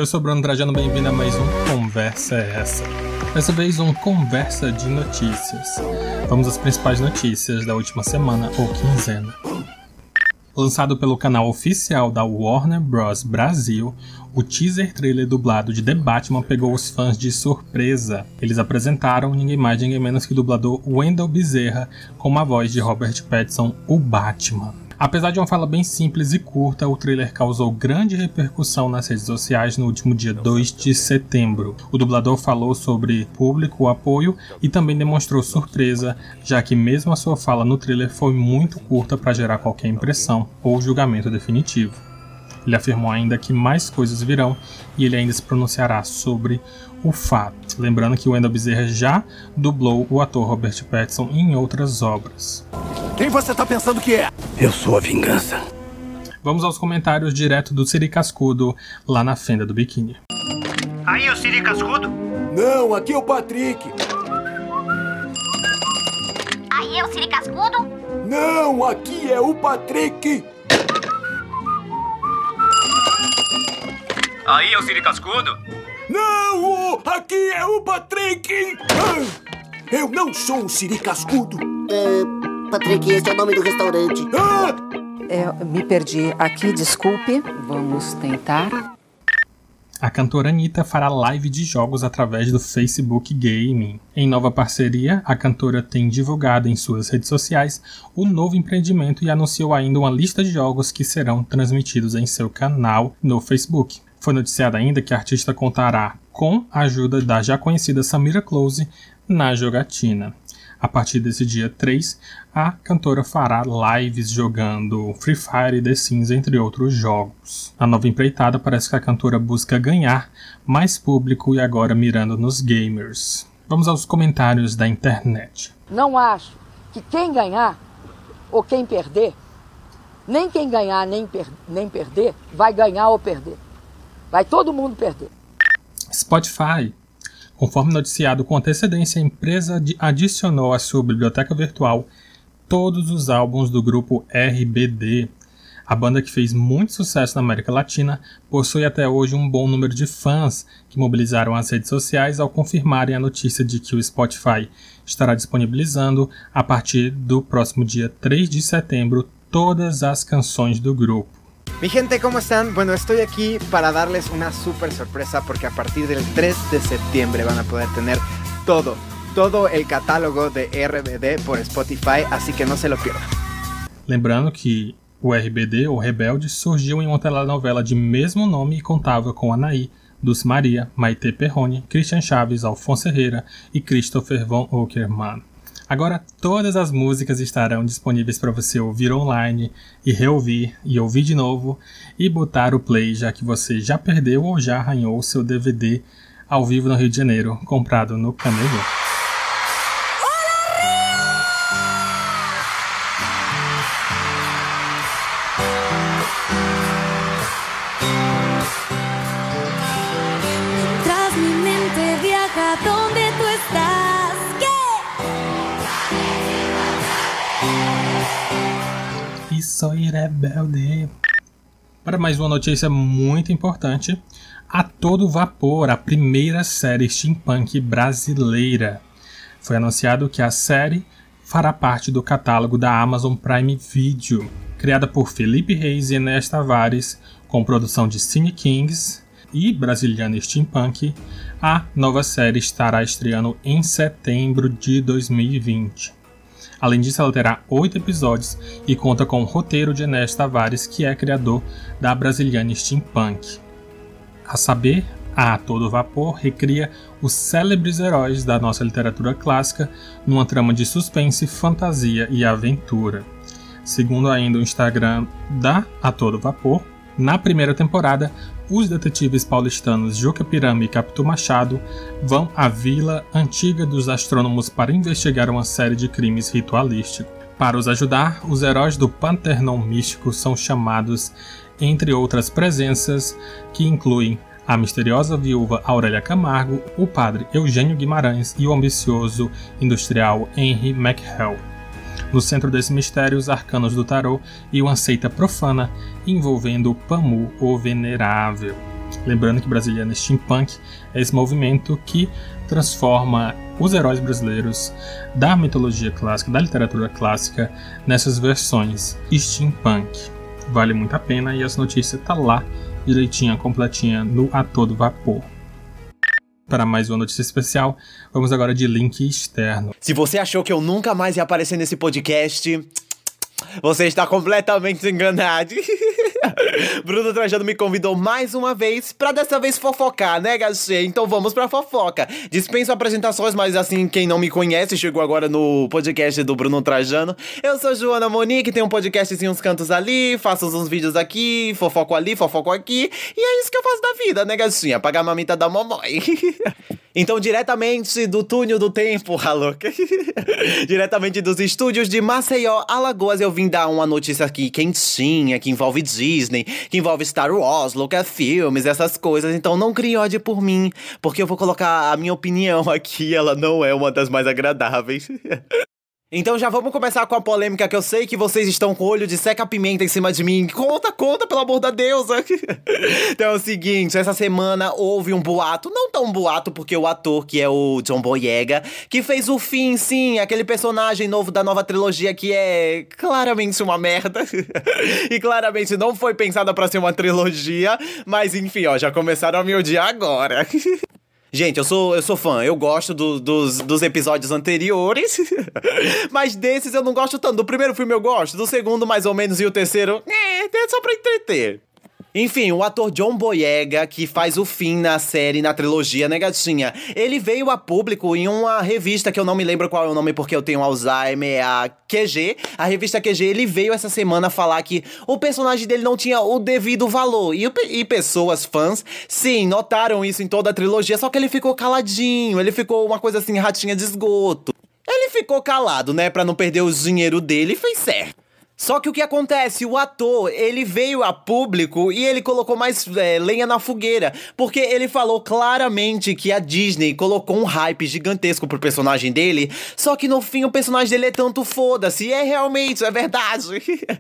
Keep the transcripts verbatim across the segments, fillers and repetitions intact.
Eu sou Bruno Trajano, bem-vindo a mais um Conversa é Essa. Dessa vez um Conversa de Notícias. Vamos às principais notícias da última semana ou quinzena. Lançado pelo canal oficial da Warner Bros. Brasil, o teaser trailer dublado de The Batman pegou os fãs de surpresa. Eles apresentaram ninguém mais ninguém menos que o dublador Wendell Bezerra com a voz de Robert Pattinson, o Batman. Apesar de uma fala bem simples e curta, o trailer causou grande repercussão nas redes sociais no último dia dois de setembro. O dublador falou sobre público, apoio e também demonstrou surpresa, já que mesmo a sua fala no trailer foi muito curta para gerar qualquer impressão ou julgamento definitivo. Ele afirmou ainda que mais coisas virão e ele ainda se pronunciará sobre o fato. Lembrando que o Wendell Bezerra já dublou o ator Robert Pattinson em outras obras. Quem você tá pensando que é? Eu sou a vingança. Vamos aos comentários direto do Siri Cascudo, lá na fenda do biquíni. Aí é o Siri Cascudo? Não, aqui é o Patrick. Aí é o Siri Cascudo? Não, aqui é o Patrick. Aí é o Siri Cascudo? Não, aqui é o Patrick. Eu não sou o Siri Cascudo. É... Patrick, esse é o nome do restaurante. Ah! É, me perdi aqui, desculpe. Vamos tentar. A cantora Anitta fará live de jogos através do Facebook Gaming. Em nova parceria, a cantora tem divulgado em suas redes sociais o novo empreendimento e anunciou ainda uma lista de jogos que serão transmitidos em seu canal no Facebook. Foi noticiado ainda que a artista contará com a ajuda da já conhecida Samira Close na jogatina. A partir desse dia três, a cantora fará lives jogando Free Fire e The Sims, entre outros jogos. Na nova empreitada, parece que a cantora busca ganhar mais público e agora mirando nos gamers. Vamos aos comentários da internet. Não acho que quem ganhar ou quem perder, nem quem ganhar nem, per- nem perder, vai ganhar ou perder. Vai todo mundo perder. Spotify. Conforme noticiado com antecedência, a empresa adicionou à sua biblioteca virtual todos os álbuns do grupo R B D. A banda, que fez muito sucesso na América Latina, possui até hoje um bom número de fãs que mobilizaram as redes sociais ao confirmarem a notícia de que o Spotify estará disponibilizando, a partir do próximo dia três de setembro, todas as canções do grupo. Mi gente, ¿cómo están? Bueno, estoy aquí para darles una super sorpresa porque a partir del tres de septiembre van a poder tener todo, todo el catálogo de R B D por Spotify, así que no se lo pierdan. Lembrando que o R B D, ou Rebelde, surgiu em uma telenovela de mesmo nome e contava com Anaí, Dulce Maria, Maite Perrone, Christian Chaves, Alfonso Herrera e Christopher von Uckermann. Agora todas as músicas estarão disponíveis para você ouvir online e reouvir e ouvir de novo e botar o play, já que você já perdeu ou já arranhou seu D V D ao vivo no Rio de Janeiro, comprado no Camelô. Tras mi mente viaja donde tú estás. E sou rebelde. Para mais uma notícia muito importante, A Todo Vapor, a primeira série steampunk brasileira. Foi anunciado que a série fará parte do catálogo da Amazon Prime Video. Criada por Felipe Reis e Enéas Tavares, com produção de Cine Kings e Brasiliana Steampunk, a nova série estará estreando em setembro de dois mil e vinte. Além disso, ela terá oito episódios e conta com o roteiro de Enéas Tavares, que é criador da Brasiliana Steampunk. A saber, A Todo Vapor recria os célebres heróis da nossa literatura clássica numa trama de suspense, fantasia e aventura. Segundo ainda o Instagram da A Todo Vapor, na primeira temporada, os detetives paulistanos Juca Pirama e Capitu Machado vão à vila antiga dos astrônomos para investigar uma série de crimes ritualísticos. Para os ajudar, os heróis do Panteão Místico são chamados, entre outras presenças, que incluem a misteriosa viúva Aurélia Camargo, o padre Eugênio Guimarães e o ambicioso industrial Henry McHale. No centro desse mistério, os arcanos do tarô e uma seita profana envolvendo Pamu, o Venerável. Lembrando que Brasiliana Steampunk é esse movimento que transforma os heróis brasileiros da mitologia clássica, da literatura clássica, nessas versões steampunk. Vale muito a pena e essa notícia tá lá, direitinha, completinha, no A Todo Vapor. Para mais uma notícia especial, vamos agora de link externo. Se você achou que eu nunca mais ia aparecer nesse podcast, você está completamente enganado. Bruno Trajano me convidou mais uma vez pra dessa vez fofocar, né, Gachê? Então vamos pra fofoca. Dispenso apresentações, mas assim, quem não me conhece, chegou agora no podcast do Bruno Trajano. Eu sou Joana Monique, tenho um podcast em uns cantos ali, faço uns vídeos aqui, fofoco ali, fofoco aqui. E é isso que eu faço da vida, né, Gachinha? Pagar a mamita da mamãe. Então, diretamente do túnel do tempo, alô, diretamente dos estúdios de Maceió, Alagoas, eu vim dar uma notícia aqui quentinha, que envolve Disney, que envolve Star Wars, Lucasfilmes, essas coisas. Então não crie ódio por mim, porque eu vou colocar a minha opinião aqui, ela não é uma das mais agradáveis. Então já vamos começar com a polêmica, que eu sei que vocês estão com o olho de seca-pimenta em cima de mim. Conta, conta, pelo amor da deusa. Então é o seguinte, essa semana houve um boato, não tão boato, porque o ator, que é o John Boyega, que fez o Finn, sim, aquele personagem novo da nova trilogia que é claramente uma merda. E claramente não foi pensada pra ser uma trilogia, mas enfim, ó, já começaram a me odiar agora. Gente, eu sou, eu sou fã, eu gosto do, dos, dos episódios anteriores, mas desses eu não gosto tanto. Do primeiro filme eu gosto, do segundo mais ou menos, e o terceiro, é, é só pra entreter. Enfim, o ator John Boyega, que faz o Finn na série, na trilogia, né, gatinha? Ele veio a público em uma revista, que eu não me lembro qual é o nome porque eu tenho Alzheimer, a Q G. A revista Q G, ele veio essa semana falar que o personagem dele não tinha o devido valor. E, e pessoas, fãs, sim, notaram isso em toda a trilogia, só que ele ficou caladinho, ele ficou uma coisa assim, ratinha de esgoto. Ele ficou calado, né, pra não perder o dinheiro dele e fez certo. Só que o que acontece? O ator, ele veio a público e ele colocou mais é, lenha na fogueira, porque ele falou claramente que a Disney colocou um hype gigantesco pro personagem dele, só que no fim o personagem dele é tanto foda-se, e é realmente, é verdade.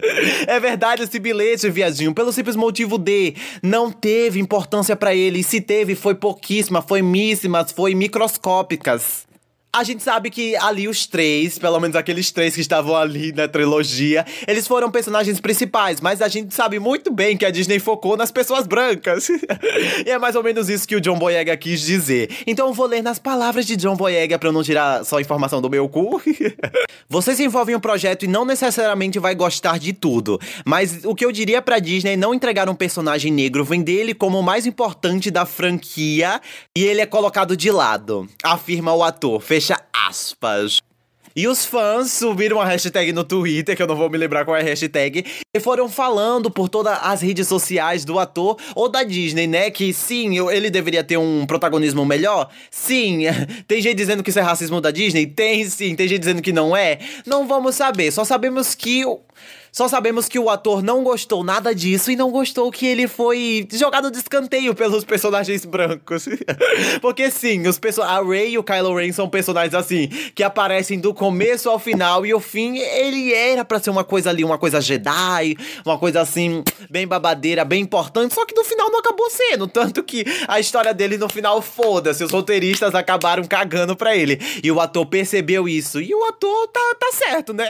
É verdade esse bilhete, viadinho, pelo simples motivo de não teve importância pra ele, e se teve foi pouquíssima, foi míssimas, foi microscópicas. A gente sabe que ali os três, pelo menos aqueles três que estavam ali na trilogia, eles foram personagens principais, mas a gente sabe muito bem que a Disney focou nas pessoas brancas. E é mais ou menos isso que o John Boyega quis dizer. Então eu vou ler nas palavras de John Boyega pra eu não tirar só informação do meu cu. Você se envolve em um projeto e não necessariamente vai gostar de tudo, mas o que eu diria pra Disney é não entregar um personagem negro, vender ele como o mais importante da franquia e ele é colocado de lado, afirma o ator. Fecha aspas. E os fãs subiram a hashtag no Twitter, que eu não vou me lembrar qual é a hashtag, e foram falando por todas as redes sociais do ator ou da Disney, né? Que sim, ele deveria ter um protagonismo melhor? Sim. Tem gente dizendo que isso é racismo da Disney? Tem sim. Tem gente dizendo que não é? Não vamos saber. Só sabemos que... Só sabemos que o ator não gostou nada disso e não gostou que ele foi jogado de escanteio pelos personagens brancos. Porque sim, os perso- a Rey e o Kylo Ren são personagens assim, que aparecem do começo ao final, e o fim, ele era pra ser uma coisa ali, uma coisa Jedi, uma coisa assim, bem babadeira, bem importante, só que no final não acabou sendo, tanto que a história dele no final, foda-se, os roteiristas acabaram cagando pra ele, e o ator percebeu isso, e o ator tá, tá certo, né?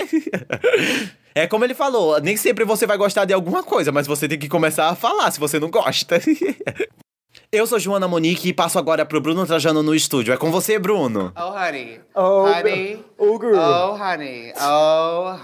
É como ele falou, nem sempre você vai gostar de alguma coisa, mas você tem que começar a falar se você não gosta. Eu sou Joana Monique e passo agora pro Bruno Trajano no estúdio. É com você, Bruno. Oh, honey. Oh, honey. Oh, girl. Oh, honey. Oh,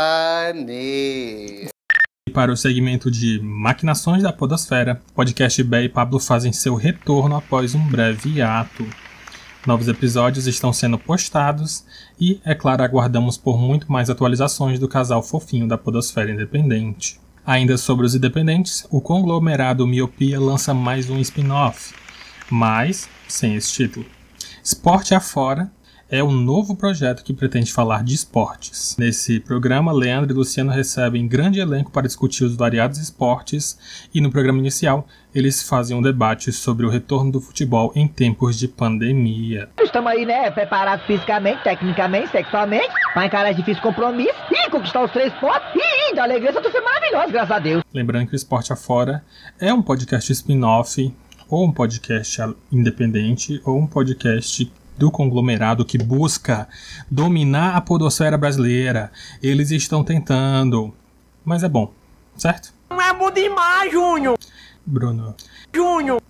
honey. E para o segmento de Maquinações da Podosfera, podcast Bé e Pablo fazem seu retorno após um breve hiato. Novos episódios estão sendo postados e, é claro, aguardamos por muito mais atualizações do casal fofinho da podosfera independente. Ainda sobre os independentes, o conglomerado Miopia lança mais um spin-off, mas sem esse título. Esporte Afora é um novo projeto que pretende falar de esportes. Nesse programa, Leandro e Luciano recebem grande elenco para discutir os variados esportes e no programa inicial, eles fazem um debate sobre o retorno do futebol em tempos de pandemia. Estamos aí, né, preparados fisicamente, tecnicamente, sexualmente, para encarar esse difícil compromisso e conquistar os três pontos e linda, a alegria tá tudo maravilhosa, graças a Deus. Lembrando que o Esporte Afora é um podcast spin-off, ou um podcast independente, ou um podcast do conglomerado que busca dominar a podosfera brasileira. Eles estão tentando, mas é bom, certo? Não é bom demais, Júnior. Bruno. Júnior.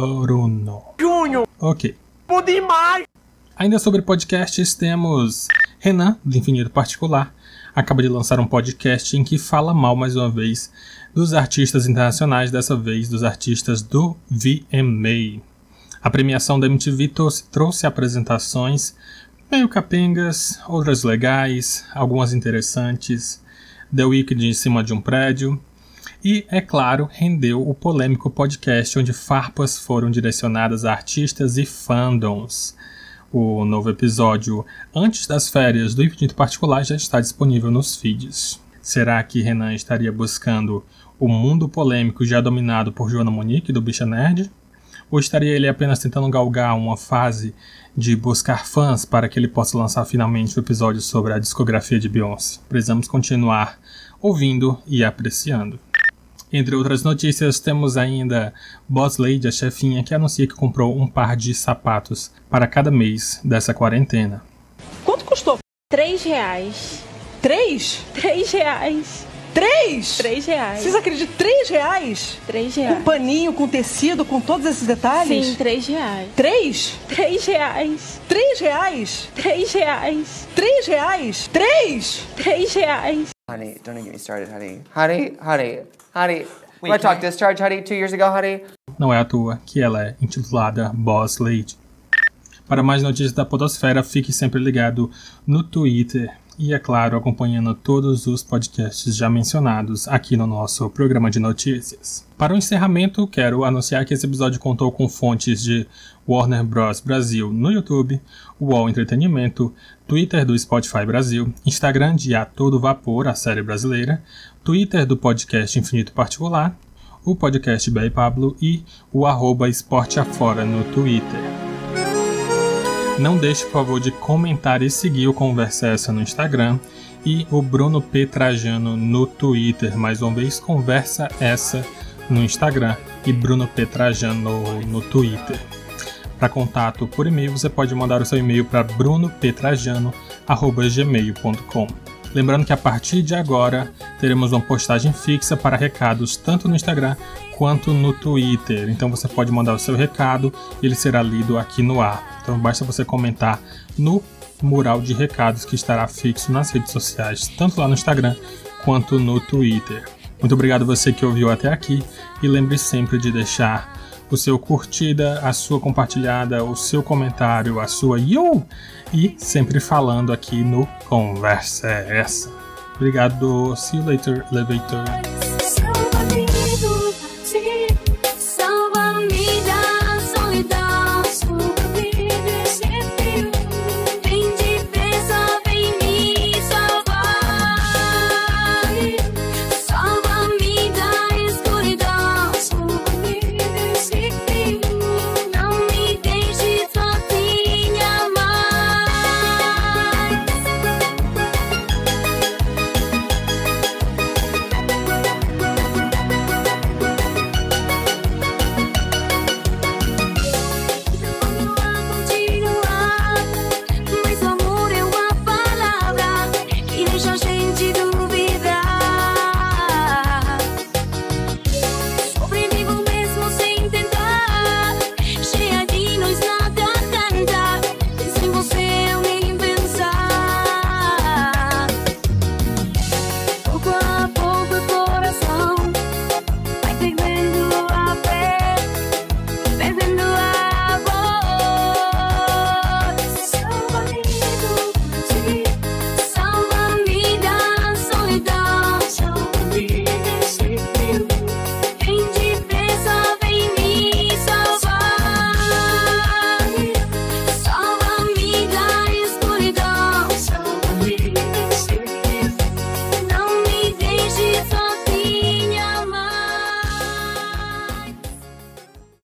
Bruno. Júnior. Ok. Bom demais. Ainda sobre podcasts, temos Renan, do Infinito Particular. Acaba de lançar um podcast em que fala mal, mais uma vez, dos artistas internacionais, dessa vez dos artistas do V M A. A premiação da M T V trouxe, trouxe apresentações meio capengas, outras legais, algumas interessantes, The Weeknd em cima de um prédio, e, é claro, rendeu o polêmico podcast onde farpas foram direcionadas a artistas e fandoms. O novo episódio, antes das férias do Infinito Particular, já está disponível nos feeds. Será que Renan estaria buscando o mundo polêmico já dominado por Joana Monique, do Bicha Nerd? Ou estaria ele apenas tentando galgar uma fase de buscar fãs para que ele possa lançar finalmente o episódio sobre a discografia de Beyoncé? Precisamos continuar ouvindo e apreciando. Entre outras notícias, temos ainda Boss Lady, a chefinha, que anuncia que comprou um par de sapatos para cada mês dessa quarentena. Quanto custou? Três reais. Três? Três reais. Três? Três reais. Vocês acreditam? Três reais? Três reais. Com paninho, com tecido, com todos esses detalhes? Sim, três reais. Três? Três reais. Três reais? Três reais. Três reais? Três? Três reais. Honey, don't even get me started, honey. Honey, honey, honey. We talked discharge, honey, two years ago, honey. Não é à toa que ela é intitulada Boss Lady. Para mais notícias da podosfera, fique sempre ligado no Twitter. E, é claro, acompanhando todos os podcasts já mencionados aqui no nosso programa de notícias. Para o encerramento, quero anunciar que esse episódio contou com fontes de Warner Bros. Brasil no YouTube, U O L Entretenimento, Twitter do Spotify Brasil, Instagram de A Todo Vapor, a série brasileira, Twitter do podcast Infinito Particular, o podcast B Pablo e o arroba Esporte Afora no Twitter. Não deixe, por favor, de comentar e seguir o Conversa Essa no Instagram e o Bruno P. Trajano no Twitter. Mais uma vez, Conversa Essa no Instagram e Bruno P. Trajano no, no Twitter. Para contato por e-mail, você pode mandar o seu e-mail para bruno p trajano arroba gmail ponto com. Lembrando que a partir de agora teremos uma postagem fixa para recados tanto no Instagram quanto no Twitter. Então você pode mandar o seu recado e ele será lido aqui no ar. Então basta você comentar no mural de recados que estará fixo nas redes sociais, tanto lá no Instagram quanto no Twitter. Muito obrigado a você que ouviu até aqui e lembre sempre de deixar o seu curtida, a sua compartilhada, o seu comentário, a sua yo! E sempre falando aqui no Conversa Essa. Obrigado, see you later, elevator.